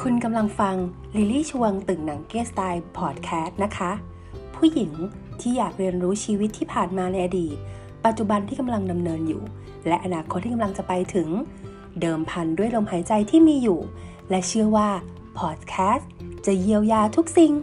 คุณกำลังฟังลิลลี่ชวงตึงหนังเก้สไตล์พอดแคสต์นะคะผู้หญิงที่อยากเรียนรู้ชีวิตที่ผ่านมาในอดีตปัจจุบันที่กำลังดำเนินอยู่และอนาคตที่กำลังจะไปถึงเดิมพันด้วยลมหายใจที่มีอยู่และเชื่อว่าพอดแคสต์จะเยียวยาทุกสิ่ง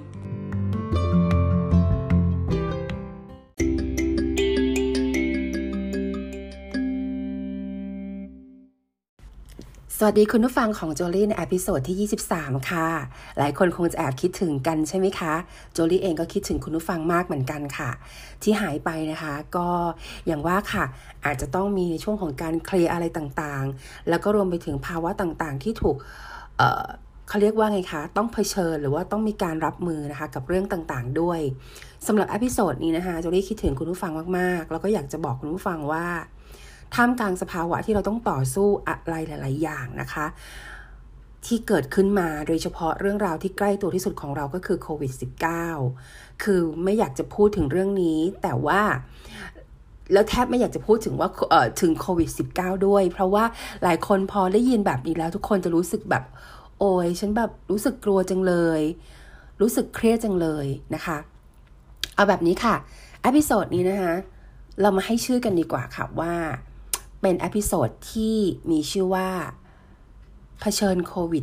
สวัสดีคุณผู้ฟังของโจลี่ในเอพิโซดที่23ค่ะหลายคนคงจะแอบคิดถึงกันใช่ไหมคะโจลี่เองก็คิดถึงคุณผู้ฟังมากเหมือนกันค่ะที่หายไปนะคะก็อย่างว่าค่ะอาจจะต้องมีในช่วงของการเคลียร์อะไรต่างๆแล้วก็รวมไปถึงภาวะต่างๆที่ถูกเขาเรียกว่าไงคะต้องเผชิญหรือว่าต้องมีการรับมือนะคะกับเรื่องต่างๆด้วยสำหรับเอพิโซดนี้นะคะโจลี่คิดถึงคุณผู้ฟังมากๆแล้วก็อยากจะบอกคุณผู้ฟังว่าท่ามกลางสภาวะที่เราต้องต่อสู้อะไรหลายๆอย่างนะคะที่เกิดขึ้นมาโดยเฉพาะเรื่องราวที่ใกล้ตัวที่สุดของเราก็คือโควิด -19 คือไม่อยากจะพูดถึงเรื่องนี้แต่ว่าแล้วแทบไม่อยากจะพูดถึงว่าถึงโควิด -19 ด้วยเพราะว่าหลายคนพอได้ยินแบบนี้แล้วทุกคนจะรู้สึกแบบโอ้ยฉันแบบรู้สึกกลัวจังเลยรู้สึกเครียดจังเลยนะคะเอาแบบนี้ค่ะเอพิโซดนี้นะคะเรามาให้ชื่อกันดีกว่าค่ะว่าเป็นเอพิโซดที่มีชื่อว่าเผชิญโควิด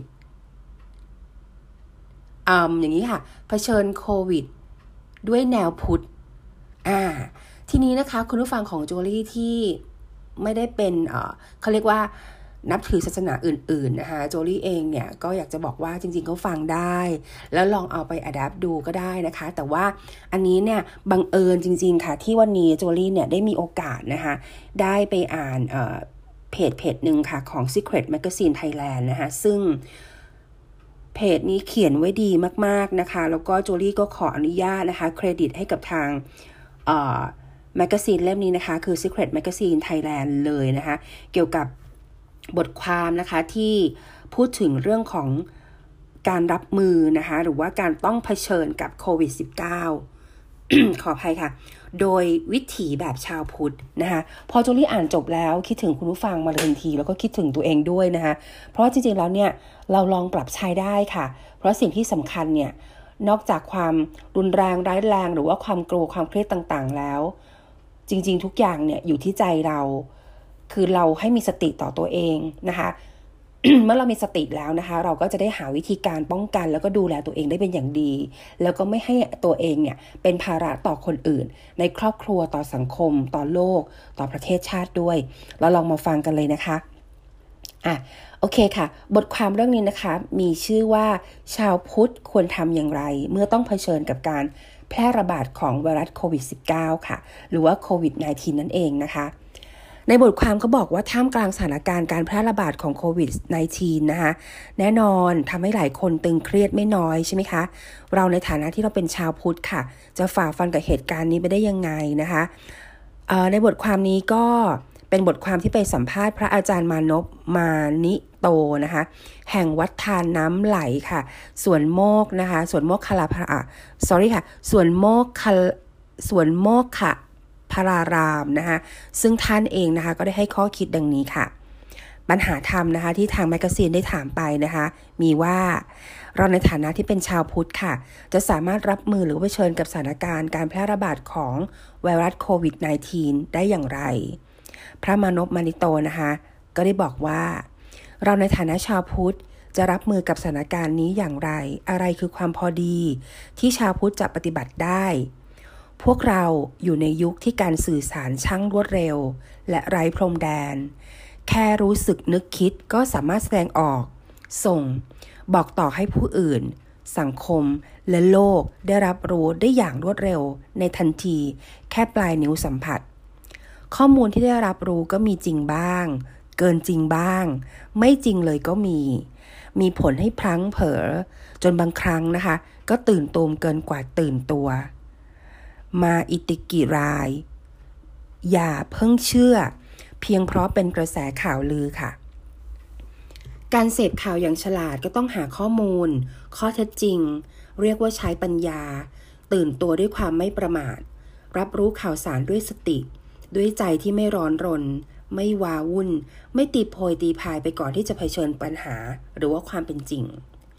อย่างนี้ค่ะเผชิญโควิดด้วยแนวพุทธทีนี้นะคะคุณผู้ฟังของโจลี่ที่ไม่ได้เป็นเขาเรียกว่านับถือศาสนาอื่นๆนะคะโจลี่เองเนี่ยก็อยากจะบอกว่าจริงๆก็ฟังได้แล้วลองเอาไปอะแดปดูก็ได้นะคะแต่ว่าอันนี้เนี่ยบังเอิญจริงๆค่ะที่วันนี้โจลี่เนี่ยได้มีโอกาสนะคะได้ไปอ่านเพจหนึ่งค่ะของ Secret Magazine Thailand นะคะซึ่งเพจนี้เขียนไว้ดีมากๆนะคะแล้วก็โจลี่ก็ขออนุญาตนะคะเครดิตให้กับทางแมกกาซีนเล่มนี้นะคะคือ Secret Magazine Thailand เลยนะคะเกี่ยวกับบทความนะคะที่พูดถึงเรื่องของการรับมือนะคะหรือว่าการต้องเผชิญกับโควิด -19 ขออภัยค่ะโดยวิถีแบบชาวพุทธนะคะพอโจลี่อ่านจบแล้วคิดถึงคุณผู้ฟังมาเลยทันทีแล้วก็คิดถึงตัวเองด้วยนะคะเพราะจริงๆแล้วเนี่ยเราลองปรับใช้ได้ค่ะเพราะสิ่งที่สำคัญเนี่ยนอกจากความรุนแรงร้ายแรงหรือว่าความกลัวความเครียดต่างๆแล้วจริงๆทุกอย่างเนี่ยอยู่ที่ใจเราคือเราให้มีสติต่อตัวเองนะคะ เมื่อเรามีสติแล้วนะคะเราก็จะได้หาวิธีการป้องกันแล้วก็ดูแลตัวเองได้เป็นอย่างดีแล้วก็ไม่ให้ตัวเองเนี่ยเป็นภาระต่อคนอื่นในครอบครัวต่อสังคมต่อโลกต่อประเทศชาติด้วยเราลองมาฟังกันเลยนะคะโอเคค่ะบทความเรื่องนี้นะคะมีชื่อว่าชาวพุทธควรทำอย่างไรเมื่อต้องเผชิญกับการแพร่ระบาดของไวรัสโควิด -19 ค่ะหรือว่าโควิด -19 นั่นเองนะคะในบทความเขาบอกว่าท่ามกลางสถานการณ์การแพร่ระบาดของโควิด -19 นะคะแน่นอนทำให้หลายคนตึงเครียดไม่น้อยใช่ไหมคะเราในฐานะที่เราเป็นชาวพุทธค่ะจะฝ่าฟันกับเหตุการณ์นี้ไปได้ยังไงนะคะในบทความนี้ก็เป็นบทความที่ไปสัมภาษณ์พระอาจารย์มานพมานิโตนะคะแห่งวัดทานน้ำไหลค่ะสวนโมกนะคะสวนโมกขลาค่ะสวนโมกค่ะพารารามนะคะซึ่งท่านเองนะคะก็ได้ให้ข้อคิดดังนี้ค่ะปัญหาธรรมนะคะที่ทางแมกกาซีนได้ถามไปนะคะมีว่าเราในฐานะที่เป็นชาวพุทธค่ะจะสามารถรับมือหรือเผชิญกับสถานการณ์การแพร่ระบาดของไวรัสโควิด -19 ได้อย่างไรพระมานพมานิโตนะคะก็ได้บอกว่าเราในฐานะชาวพุทธจะรับมือกับสถานการณ์นี้อย่างไรอะไรคือความพอดีที่ชาวพุทธจะปฏิบัติได้พวกเราอยู่ในยุคที่การสื่อสารช่างรวดเร็วและไร้พรมแดนแค่รู้สึกนึกคิดก็สามารถแสดงออกส่งบอกต่อให้ผู้อื่นสังคมและโลกได้รับรู้ได้อย่างรวดเร็วในทันทีแค่ปลายนิ้วสัมผัสข้อมูลที่ได้รับรู้ก็มีจริงบ้างเกินจริงบ้างไม่จริงเลยก็มีผลให้พลั้งเผลอจนบางครั้งนะคะก็ตื่นตูมเกินกว่าตื่นตัวมาอิติกิรายอย่าเพิ่งเชื่อเพียงเพราะเป็นกระแสข่าวลือค่ะการเสพข่าวอย่างฉลาดก็ต้องหาข้อมูลข้อเท็จจริงเรียกว่าใช้ปัญญาตื่นตัวด้วยความไม่ประมาทรับรู้ข่าวสารด้วยสติด้วยใจที่ไม่ร้อนรนไม่ว้าวุ่นไม่ตีโพยตีพายไปก่อนที่จะเผชิญปัญหาหรือว่าความเป็นจริง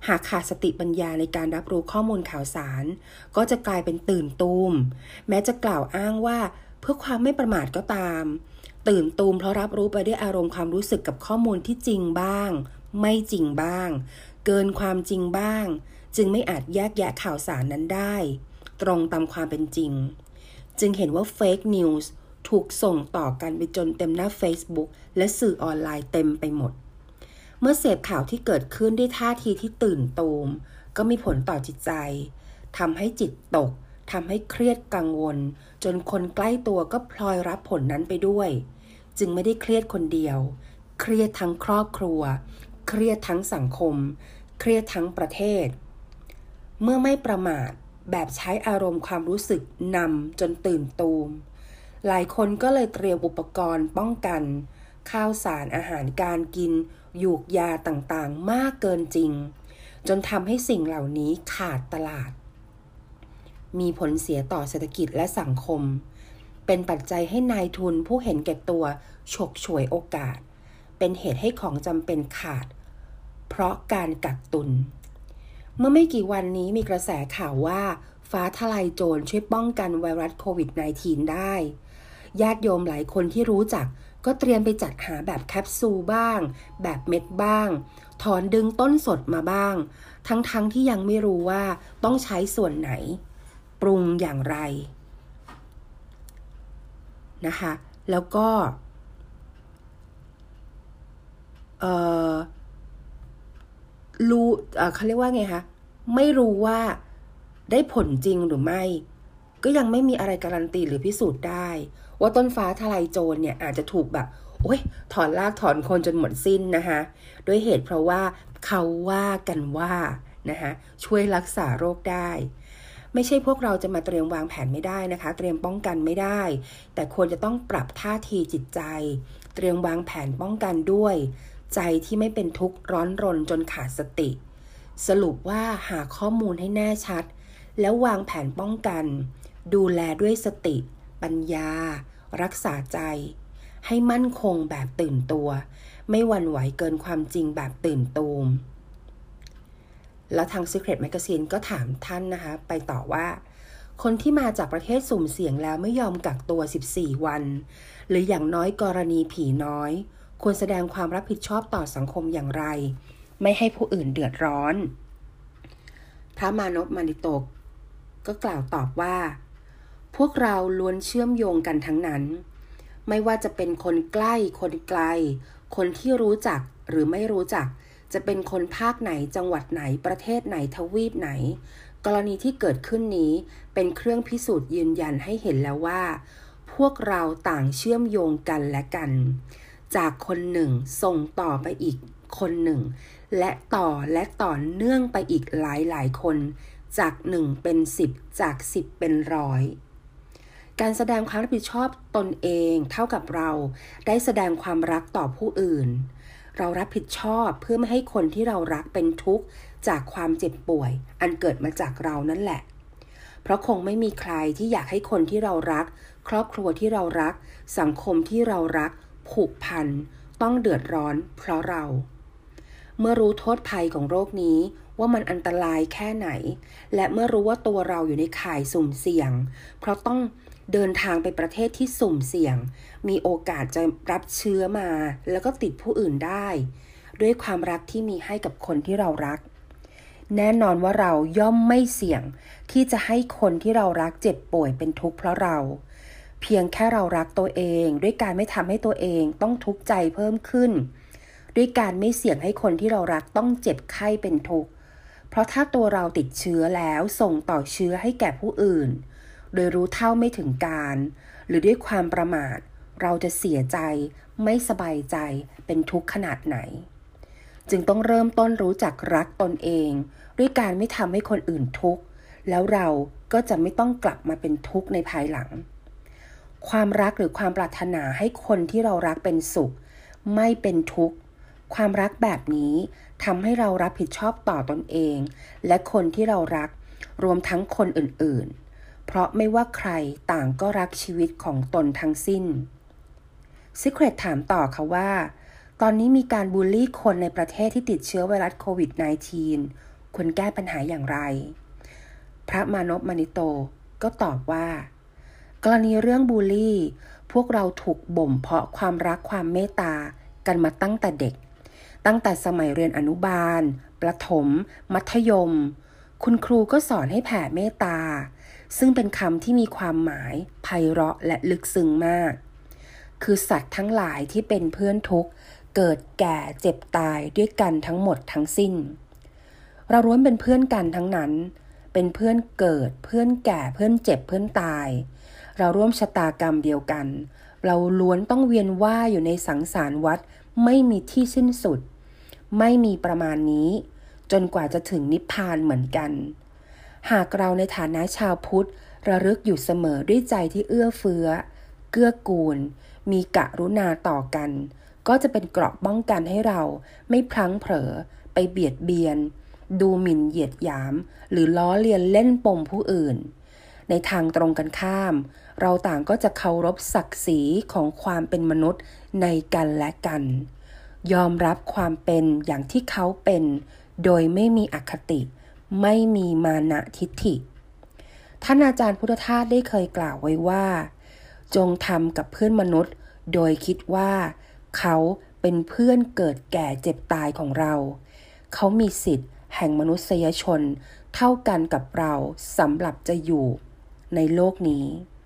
หากขาดสติปัญญาในการรับรู้ข้อมูลข่าวสารก็จะกลายเป็นตื่นตูมแม้จะกล่าวอ้างว่าเพื่อความไม่ประมาทก็ตามตื่นตูมเพราะรับรู้ไปด้วยอารมณ์ความรู้สึกกับข้อมูลที่จริงบ้างไม่จริงบ้างเกินความจริงบ้างจึงไม่อาจแยกแยะข่าวสารนั้นได้ตรงตามความเป็นจริงจึงเห็นว่าเฟกนิวส์ถูกส่งต่อกันไปจนเต็มหน้า Facebook และสื่อออนไลน์เต็มไปหมดเมื่อเสพข่าวที่เกิดขึ้นด้วยท่าทีที่ตื่นตูมก็มีผลต่อจิตใจทำให้จิตตกทำให้เครียดกังวลจนคนใกล้ตัวก็พลอยรับผลนั้นไปด้วยจึงไม่ได้เครียดคนเดียวเครียดทั้งครอบครัวเครียดทั้งสังคมเครียดทั้งประเทศเมื่อไม่ประมาทแบบใช้อารมณ์ความรู้สึกนำจนตื่นตูมหลายคนก็เลยเตรียมอุปกรณ์ป้องกันข้าวสารอาหารการกินหยูกยาต่างๆมากเกินจริงจนทำให้สิ่งเหล่านี้ขาดตลาดมีผลเสียต่อเศรษฐกิจและสังคมเป็นปัจจัยให้นายทุนผู้เห็นแก่ตัวฉกฉวยโอกาสเป็นเหตุให้ของจำเป็นขาดเพราะการกักตุนเมื่อไม่กี่วันนี้มีกระแสข่าวว่าฟ้าทลายโจรช่วยป้องกันไวรัสโควิด -19 ได้ญาติโยมหลายคนที่รู้จักก็เตรียมไปจัดหาแบบแคปซูลบ้างแบบเม็ดบ้างถอนดึงต้นสดมาบ้างทั้งที่ยังไม่รู้ว่าต้องใช้ส่วนไหนปรุงอย่างไรนะคะแล้วก็เขาเรียกว่าไงคะไม่รู้ว่าได้ผลจริงหรือไม่ก็ยังไม่มีอะไรการันตีหรือพิสูจน์ได้ว่าต้นฟ้าทลายโจรเนี่ยอาจจะถูกแบบถอนรากถอนโคนจนหมดสิ้นนะคะด้วยเหตุเพราะว่าเขาว่ากันว่านะคะช่วยรักษาโรคได้ไม่ใช่พวกเราจะมาเตรียมวางแผนไม่ได้นะคะเตรียมป้องกันไม่ได้แต่ควรจะต้องปรับท่าทีจิตใจเตรียมวางแผนป้องกันด้วยใจที่ไม่เป็นทุกข์ร้อนรนจนขาดสติสรุปว่าหาข้อมูลให้แน่ชัดแล้ววางแผนป้องกันดูแลด้วยสติปัญญารักษาใจให้มั่นคงแบบตื่นตัวไม่หวั่นไหวเกินความจริงแบบตื่นตูมแล้วทาง Secret Magazine ก็ถามท่านนะคะไปต่อว่าคนที่มาจากประเทศสุ่มเสี่ยงแล้วไม่ยอมกักตัว14วันหรืออย่างน้อยกรณีผีน้อยควรแสดงความรับผิดชอบต่อสังคมอย่างไรไม่ให้ผู้อื่นเดือดร้อนพระมานพมานิโตก็กล่าวตอบว่าพวกเราล้วนเชื่อมโยงกันทั้งนั้นไม่ว่าจะเป็นคนใกล้คนไกลคนที่รู้จักหรือไม่รู้จักจะเป็นคนภาคไหนจังหวัดไหนประเทศไหนทวีปไหนกรณีที่เกิดขึ้นนี้เป็นเครื่องพิสูจน์ยืนยันให้เห็นแล้วว่าพวกเราต่างเชื่อมโยงกันและกันจากคนหนึ่งส่งต่อไปอีกคนหนึ่งและต่อเนื่องไปอีกหลายคนจาก1เป็น10จาก10เป็น100การแสดงความรับผิดชอบตนเองเท่ากับเราได้แสดงความรักต่อผู้อื่นเรารับผิดชอบเพื่อไม่ให้คนที่เรารักเป็นทุกข์จากความเจ็บป่วยอันเกิดมาจากเรานั่นแหละเพราะคงไม่มีใครที่อยากให้คนที่เรารักครอบครัวที่เรารักสังคมที่เรารักผูกพันต้องเดือดร้อนเพราะเราเมื่อรู้โทษภัยของโรคนี้ว่ามันอันตรายแค่ไหนและเมื่อรู้ว่าตัวเราอยู่ในข่ายสุ่มเสี่ยงเพราะต้องเดินทางไปประเทศที่สุ่มเสี่ยงมีโอกาสจะรับเชื้อมาแล้วก็ติดผู้อื่นได้ด้วยความรักที่มีให้กับคนที่เรารักแน่นอนว่าเราย่อมไม่เสี่ยงที่จะให้คนที่เรารักเจ็บป่วยเป็นทุกข์เพราะเราเพียงแค่เรารักตัวเองด้วยการไม่ทำให้ตัวเองต้องทุกข์ใจเพิ่มขึ้นด้วยการไม่เสี่ยงให้คนที่เรารักต้องเจ็บไข้เป็นทุกข์เพราะถ้าตัวเราติดเชื้อแล้วส่งต่อเชื้อให้แก่ผู้อื่นโดยรู้เท่าไม่ถึงการหรือด้วยความประมาทเราจะเสียใจไม่สบายใจเป็นทุกข์ขนาดไหนจึงต้องเริ่มต้นรู้จักรักตนเองด้วยการไม่ทำให้คนอื่นทุกข์แล้วเราก็จะไม่ต้องกลับมาเป็นทุกข์ในภายหลังความรักหรือความปรารถนาให้คนที่เรารักเป็นสุขไม่เป็นทุกข์ความรักแบบนี้ทำให้เรารับผิดชอบต่อตนเองและคนที่เรารักรวมทั้งคนอื่นๆเพราะไม่ว่าใครต่างก็รักชีวิตของตนทั้งสิ้น Secret ถามต่อค่ะว่าตอนนี้มีการบูลลี่คนในประเทศที่ติดเชื้อไวรัสโควิด -19 ควรแก้ปัญหาอย่างไรพระมานพมานิโตก็ตอบว่ากรณีเรื่องบูลลี่พวกเราถูกบ่มเพาะความรักความเมตตากันมาตั้งแต่เด็กตั้งแต่สมัยเรียนอนุบาลประถมมัธยมคุณครูก็สอนให้แผ่เมตตาซึ่งเป็นคำที่มีความหมายไพเราะและลึกซึ้งมากคือสัตว์ทั้งหลายที่เป็นเพื่อนทุกข์เกิดแก่เจ็บตายด้วยกันทั้งหมดทั้งสิ้นเราล้วนเป็นเพื่อนกันทั้งนั้นเป็นเพื่อนเกิดเพื่อนแก่เพื่อนเจ็บเพื่อนตายเราร่วมชะตากรรมเดียวกันเราล้วนต้องเวียนว่ายอยู่ในสังสารวัฏไม่มีที่สิ้นสุดไม่มีประมาณนี้จนกว่าจะถึงนิพพานเหมือนกันหากเราในฐานะชาวพุทธระลึกอยู่เสมอด้วยใจที่เอื้อเฟื้อเกื้อกูลมีกรุณาต่อกันก็จะเป็นเกราะป้องกันให้เราไม่พลั้งเผลอไปเบียดเบียนดูหมิ่นเหยียดหยามหรือล้อเลียนเล่นปมผู้อื่นในทางตรงกันข้ามเราต่างก็จะเคารพศักดิ์ศรีของความเป็นมนุษย์ในกันและกันยอมรับความเป็นอย่างที่เขาเป็นโดยไม่มีอคติไม่มีมานะทิฏฐิท่านอาจารย์พุทธทาสได้เคยกล่าวไว้ว่าจงทำกับเพื่อนมนุษย์โดยคิดว่าเขาเป็นเพื่อนเกิดแก่เจ็บตายของเราเขามีสิทธิ์แห่งมนุษยชนเท่ากันกับเราสำหรับจะอยู่ในโลกนี้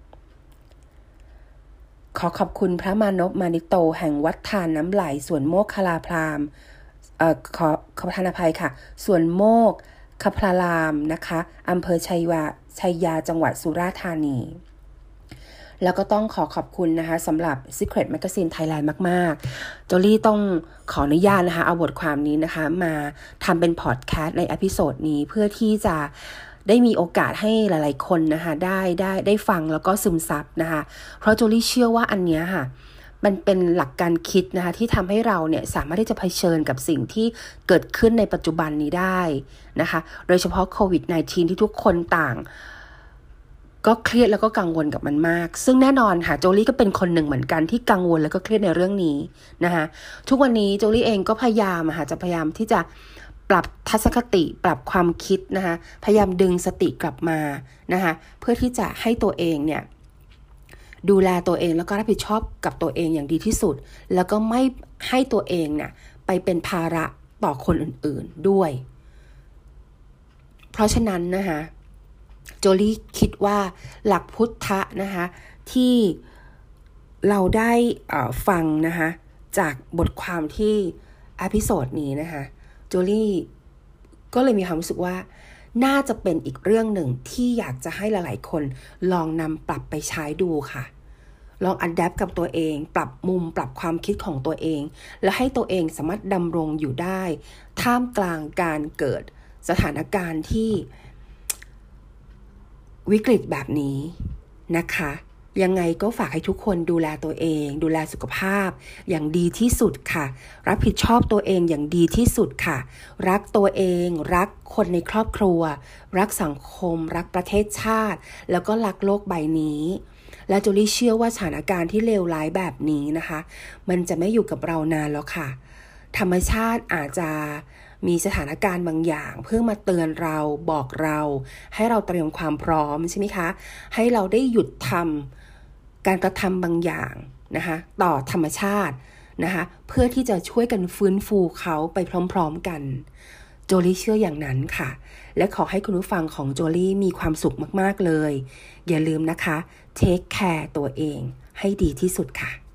ขอขอบคุณพระมานพมานิโตแห่งวัดทานน้ำไหลสวนโมกขลาพราหมณ์ขอประทานอภัยค่ะสวนโมกขพรารามนะคะอำเภอชัยยาจังหวัดสุราษฎร์ธานีแล้วก็ต้องขอบคุณนะคะสำหรับ Secret Magazine Thailand มากๆโจลี่ต้องขออนุญาตนะคะเอาบทความนี้นะคะมาทำเป็นพอดแคสต์ในเอพิโซดนี้เพื่อที่จะได้มีโอกาสให้หลายๆคนนะคะได้ฟังแล้วก็ซึมซับนะคะเพราะโจลี่เชื่อว่าอันเนี้ยค่ะมันเป็นหลักการคิดนะคะที่ทำให้เราเนี่ยสามารถที่จะเผชิญกับสิ่งที่เกิดขึ้นในปัจจุบันนี้ได้นะคะโดยเฉพาะโควิด -19 ที่ทุกคนต่างก็เครียดแล้วก็กังวลกับมันมากซึ่งแน่นอนค่ะโจลี่ก็เป็นคนหนึ่งเหมือนกันที่กังวลแล้วก็เครียดในเรื่องนี้นะคะทุกวันนี้โจลี่เองก็พยายามที่จะปรับทัศนคติปรับความคิดนะคะพยายามดึงสติกลับมานะคะเพื่อที่จะให้ตัวเองเนี่ยดูแลตัวเองแล้วก็รับผิดชอบกับตัวเองอย่างดีที่สุดแล้วก็ไม่ให้ตัวเองเนี่ยไปเป็นภาระต่อคนอื่นๆด้วยเพราะฉะนั้นนะคะโจลี่คิดว่าหลักพุทธะนะคะที่เราได้ฟังนะคะจากบทความที่เอพิโซดนี้นะคะโจลี่ก็เลยมีความรู้สึกว่าน่าจะเป็นอีกเรื่องหนึ่งที่อยากจะให้หลายๆคนลองนำปรับไปใช้ดูค่ะลองอัดแอปกับตัวเองปรับมุมปรับความคิดของตัวเองแล้วให้ตัวเองสามารถดำรงอยู่ได้ท่ามกลางการเกิดสถานการณ์ที่วิกฤตแบบนี้นะคะยังไงก็ฝากให้ทุกคนดูแลตัวเองดูแลสุขภาพอย่างดีที่สุดค่ะรับผิดชอบตัวเองอย่างดีที่สุดค่ะรักตัวเองรักคนในครอบครัวรักสังคมรักประเทศชาติแล้วก็รักโลกใบนี้และโจลี่เชื่อว่าสถานการณ์ที่เลวร้ายแบบนี้นะคะมันจะไม่อยู่กับเรานานแล้วค่ะธรรมชาติอาจจะมีสถานการณ์บางอย่างเพื่อมาเตือนเราบอกเราให้เราเตรียมความพร้อมใช่ไหมคะให้เราได้หยุดทำการกระทำบางอย่างนะคะต่อธรรมชาตินะคะเพื่อที่จะช่วยกันฟื้นฟูเขาไปพร้อมๆกันโจลี่เชื่ออย่างนั้นค่ะและขอให้คุณผู้ฟังของโจลี่มีความสุขมากๆเลยอย่าลืมนะคะเทคแคร์ตัวเองให้ดีที่สุดค่ะ